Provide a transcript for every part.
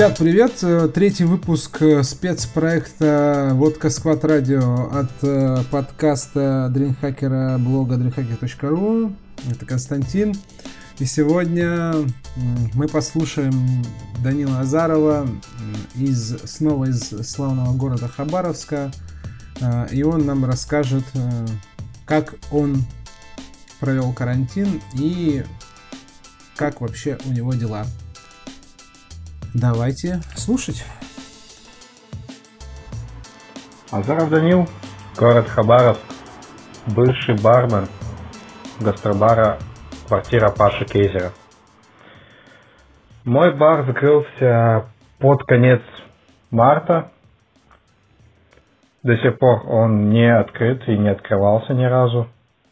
Ребят, привет! Третий выпуск спецпроекта «Водка Сквад Радио» от подкаста DreamHacker блога dreamhacker.ru. Это Константин. И сегодня мы послушаем Данила Азарова снова из славного города Хабаровска. И он нам расскажет, как он провел карантин и как вообще у него дела. Давайте слушать. Азаров Данил, город Хабаровск, бывший бармен гастробара «Квартира Паши Кейзера». Мой бар закрылся под конец марта. До сих пор он не открыт и не открывался ни разу.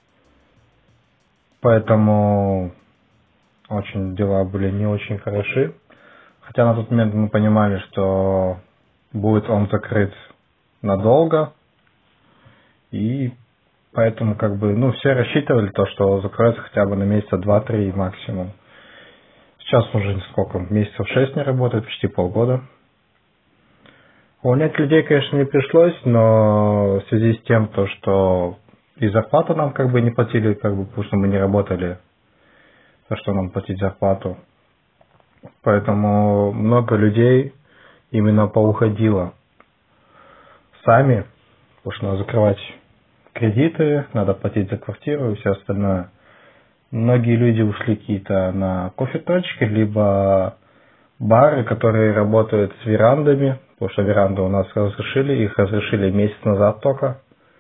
Поэтому очень дела были не очень хороши. Хотя на тот момент мы понимали, что будет он закрыт надолго. И поэтому все рассчитывали то, что закроется хотя бы на месяца 2-3 максимум. Сейчас уже месяцев 6 не работает, почти полгода. Увольнять людей, конечно, не пришлось, но в связи с тем, что и зарплату нам не платили, потому что мы не работали, за что нам платить зарплату. Поэтому много людей именно поуходило сами, потому что надо закрывать кредиты, надо платить за квартиру и все остальное. Многие люди ушли какие-то на кофе-точки, либо бары, которые работают с верандами, потому что веранды у нас их разрешили месяц назад только.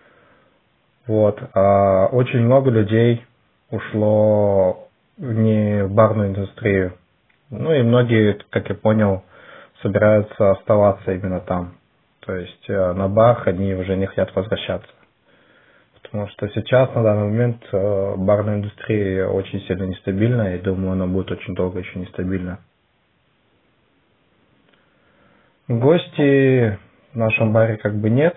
А очень много людей ушло не в барную индустрию. И многие, как я понял, собираются оставаться именно там. То есть на бар они уже не хотят возвращаться. Потому что сейчас, на данный момент, барная индустрия очень сильно нестабильна. И думаю, она будет очень долго еще нестабильна. Гостей в нашем баре нет.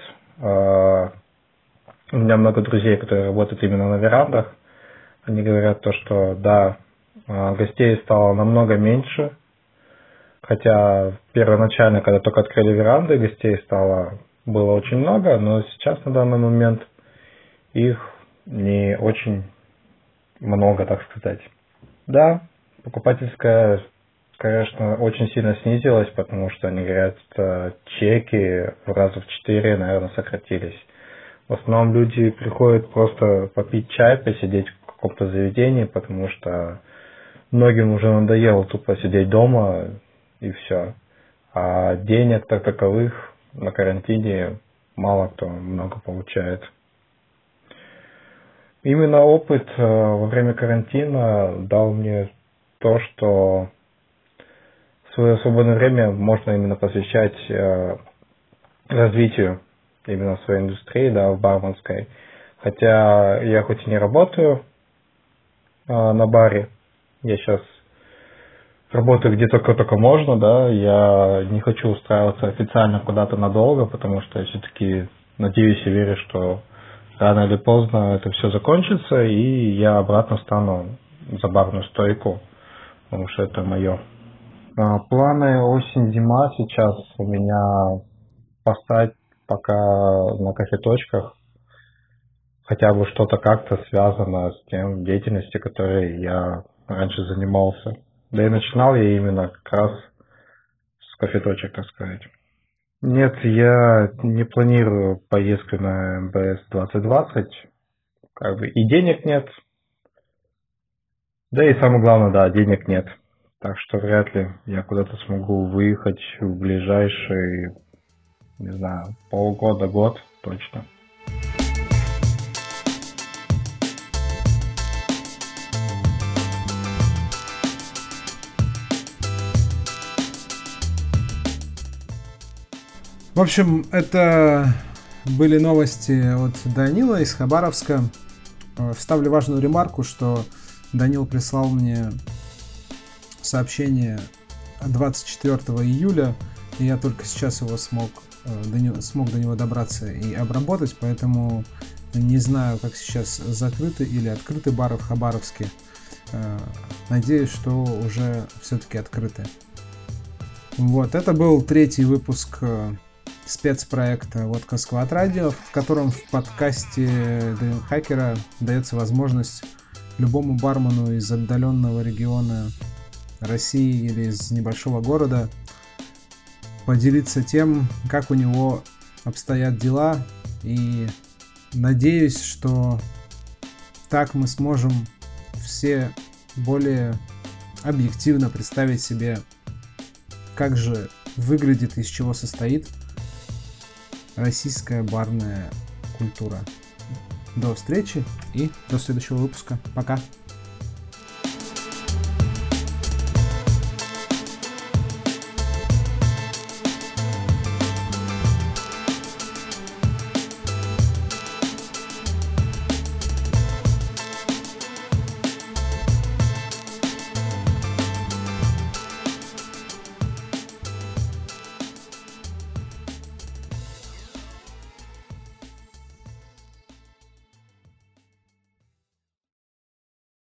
У меня много друзей, которые работают именно на верандах. Они говорят что да, гостей стало намного меньше. Хотя первоначально, когда только открыли веранды, гостей было очень много, но сейчас на данный момент их не очень много, так сказать. Да, покупательская, конечно, очень сильно снизилась, потому что они говорят, чеки в раза в 4, наверное, сократились. В основном люди приходят просто попить чай, посидеть в каком-то заведении, потому что многим уже надоело тупо сидеть дома и все. А денег таковых на карантине мало кто много получает. Именно опыт во время карантина дал мне то, что свое свободное время можно именно посвящать развитию именно своей индустрии, в барменской. Хотя я хоть и не работаю на баре, я сейчас работаю где только можно, я не хочу устраиваться официально куда-то надолго, потому что я все-таки надеюсь и верю, что рано или поздно это все закончится, и я обратно стану за барную стойку, потому что это мое. Планы осень-зима сейчас у меня поставить пока на кофе-точках хотя бы что-то как-то связано с тем деятельностью, которой я раньше занимался. Да и начинал я именно как раз с кофе-точек, так сказать. Нет, я не планирую поездку на МБС 2020. И денег нет. Да и самое главное, денег нет. Так что вряд ли я куда-то смогу выехать в ближайшие, не знаю, полгода, год точно. В общем, это были новости от Данила из Хабаровска. Вставлю важную ремарку, что Данил прислал мне сообщение 24 июля, и я только сейчас его смог до него добраться и обработать, поэтому не знаю, как сейчас закрыты или открыты бары в Хабаровске. Надеюсь, что уже все-таки открыты. Вот, это был 3-й выпуск спецпроекта «Водка Сквад Радио», в котором в подкасте DreamHacker дается возможность любому бармену из отдаленного региона России или из небольшого города поделиться тем, как у него обстоят дела, и надеюсь, что так мы сможем все более объективно представить себе, как же выглядит и из чего состоит российская барная культура. До встречи и до следующего выпуска. Пока!